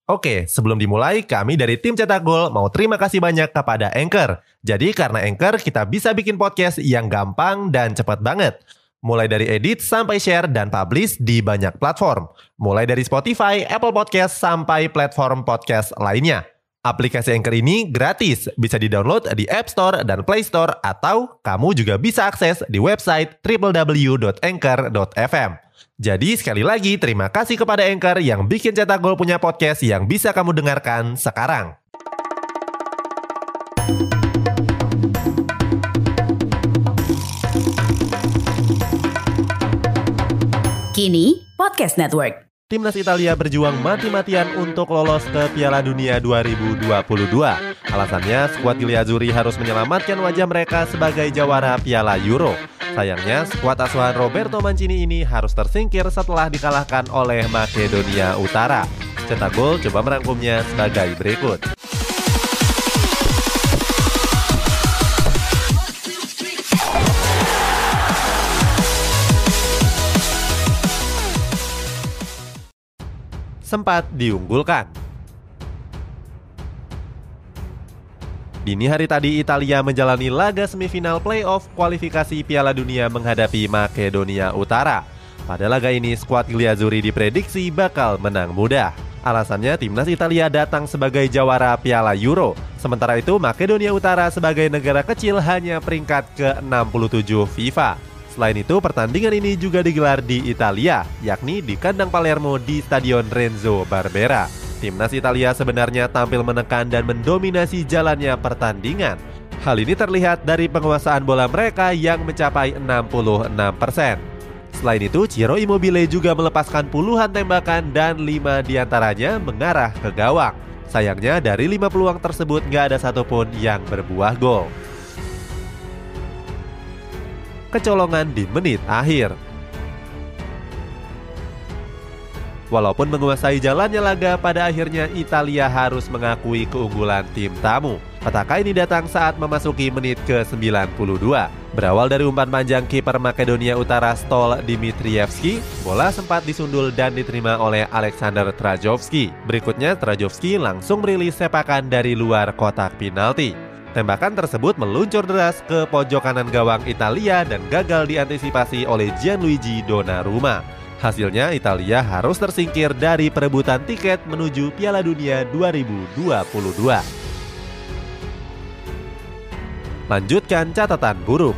Oke, sebelum dimulai, kami dari tim Cetak Gol mau terima kasih banyak kepada Anchor. Jadi karena Anchor, kita bisa bikin podcast yang gampang dan cepat banget. Mulai dari edit sampai share dan publish di banyak platform. Mulai dari Spotify, Apple Podcast, sampai platform podcast lainnya. Aplikasi Anchor ini gratis, bisa di-download di App Store dan Play Store, atau kamu juga bisa akses di website www.anchor.fm. Jadi sekali lagi terima kasih kepada Anchor yang bikin Cetak Gol punya podcast yang bisa kamu dengarkan sekarang. Kini Podcast Network. Timnas Italia berjuang mati-matian untuk lolos ke Piala Dunia 2022. Alasannya, skuad Griazzurri harus menyelamatkan wajah mereka sebagai jawara Piala Euro. Sayangnya, skuad asuhan Roberto Mancini ini harus tersingkir setelah dikalahkan oleh Makedonia Utara. Cetak Gol coba merangkumnya sebagai berikut. Sempat diunggulkan. Dini hari tadi, Italia menjalani laga semifinal playoff kualifikasi Piala Dunia menghadapi Makedonia Utara. Pada laga ini, skuad Griazzurri diprediksi bakal menang mudah. Alasannya, timnas Italia datang sebagai jawara Piala Euro. Sementara itu, Makedonia Utara sebagai negara kecil hanya peringkat ke-67 FIFA. Selain itu, pertandingan ini juga digelar di Italia, yakni di kandang Palermo di Stadion Renzo Barbera. Timnas Italia sebenarnya tampil menekan dan mendominasi jalannya pertandingan. Hal ini terlihat dari penguasaan bola mereka yang mencapai 66%. Selain itu, Ciro Immobile juga melepaskan puluhan tembakan dan 5 diantaranya mengarah ke gawang. Sayangnya dari 5 peluang tersebut gak ada satupun yang berbuah gol. Kecolongan di menit akhir. Walaupun menguasai jalannya laga, pada akhirnya Italia harus mengakui keunggulan tim tamu. Petaka ini datang saat memasuki menit ke-92. Berawal dari umpan panjang kiper Makedonia Utara Stol Dimitrievski, bola sempat disundul dan diterima oleh Alexander Trajovski. Berikutnya Trajovski langsung merilis sepakan dari luar kotak penalti. Tembakan tersebut meluncur deras ke pojok kanan gawang Italia dan gagal diantisipasi oleh Gianluigi Donnarumma. Hasilnya, Italia harus tersingkir dari perebutan tiket menuju Piala Dunia 2022. Lanjutkan catatan buruk.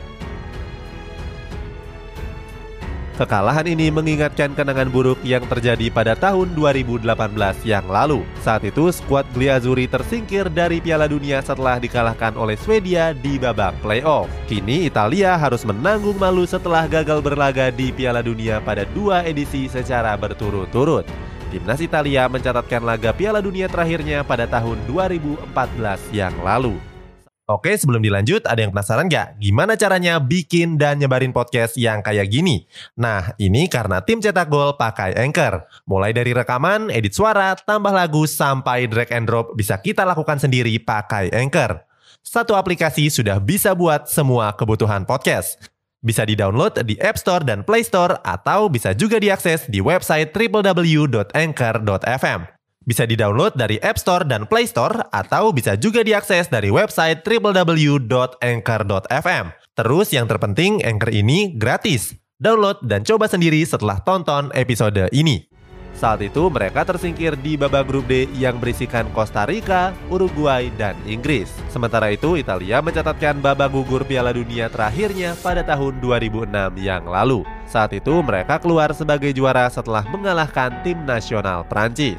Kekalahan ini mengingatkan kenangan buruk yang terjadi pada tahun 2018 yang lalu. Saat itu, skuad Griazzurri tersingkir dari Piala Dunia setelah dikalahkan oleh Swedia di babak playoff. Kini Italia harus menanggung malu setelah gagal berlaga di Piala Dunia pada 2 edisi secara berturut-turut. Timnas Italia mencatatkan laga Piala Dunia terakhirnya pada tahun 2014 yang lalu. Oke, sebelum dilanjut, ada yang penasaran gak? Gimana caranya bikin dan nyebarin podcast yang kayak gini? Nah, ini karena tim Cetak Gol pakai Anchor. Mulai dari rekaman, edit suara, tambah lagu, sampai drag and drop bisa kita lakukan sendiri pakai Anchor. Satu aplikasi sudah bisa buat semua kebutuhan podcast. Bisa di-download di App Store dan Play Store, atau bisa juga diakses di website www.anchor.fm. Bisa di-download dari App Store dan Play Store, atau bisa juga diakses dari website www.anchor.fm. Terus yang terpenting, Anchor ini gratis. Download dan coba sendiri setelah tonton episode ini. Saat itu mereka tersingkir di babak grup D yang berisikan Costa Rica, Uruguay, dan Inggris. Sementara itu, Italia mencatatkan babak gugur Piala Dunia terakhirnya pada tahun 2006 yang lalu. Saat itu mereka keluar sebagai juara setelah mengalahkan tim nasional Prancis.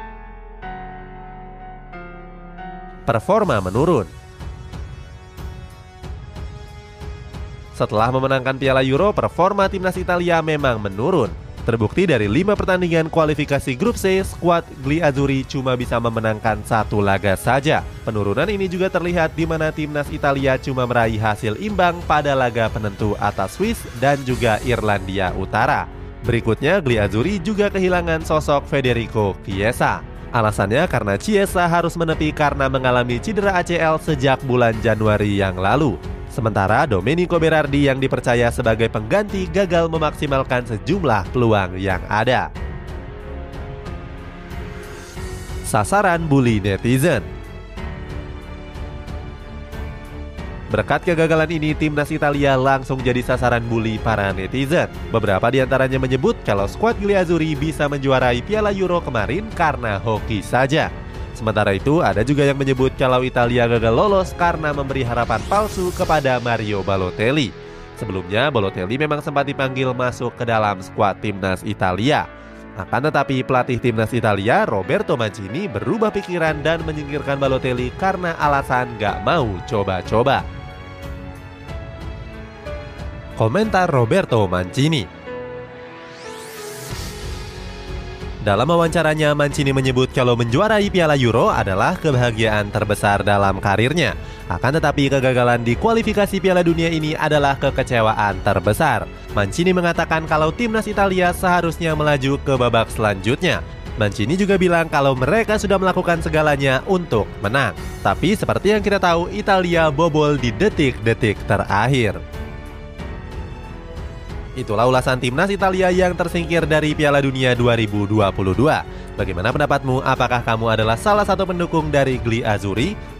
Performa menurun. Setelah memenangkan Piala Euro, performa timnas Italia memang menurun. Terbukti dari 5 pertandingan kualifikasi grup C, skuad Griazzurri cuma bisa memenangkan 1 laga saja. Penurunan ini juga terlihat di mana timnas Italia cuma meraih hasil imbang pada laga penentu atas Swiss dan juga Irlandia Utara. Berikutnya, Griazzurri juga kehilangan sosok Federico Chiesa. Alasannya karena Chiesa harus menepi karena mengalami cedera ACL sejak bulan Januari yang lalu. Sementara Domenico Berardi yang dipercaya sebagai pengganti gagal memaksimalkan sejumlah peluang yang ada. sasaran bully netizen. Berkat kegagalan ini, timnas Italia langsung jadi sasaran bully para netizen. Beberapa di antaranya menyebut kalau skuad Glazuri bisa menjuarai Piala Euro kemarin karena hoki saja. Sementara itu, ada juga yang menyebut kalau Italia gagal lolos karena memberi harapan palsu kepada Mario Balotelli. Sebelumnya, Balotelli memang sempat dipanggil masuk ke dalam skuad timnas Italia. Akan tetapi pelatih timnas Italia, Roberto Mancini, berubah pikiran dan menyingkirkan Balotelli karena alasan gak mau coba-coba. Komentar Roberto Mancini. Dalam wawancaranya, Mancini menyebut kalau menjuarai Piala Euro adalah kebahagiaan terbesar dalam karirnya. Akan tetapi kegagalan di kualifikasi Piala Dunia ini adalah kekecewaan terbesar. Mancini mengatakan kalau timnas Italia seharusnya melaju ke babak selanjutnya. Mancini juga bilang kalau mereka sudah melakukan segalanya untuk menang. Tapi seperti yang kita tahu, Italia bobol di detik-detik terakhir. Itulah ulasan timnas Italia yang tersingkir dari Piala Dunia 2022. Bagaimana pendapatmu? Apakah kamu adalah salah satu pendukung dari Glazuri?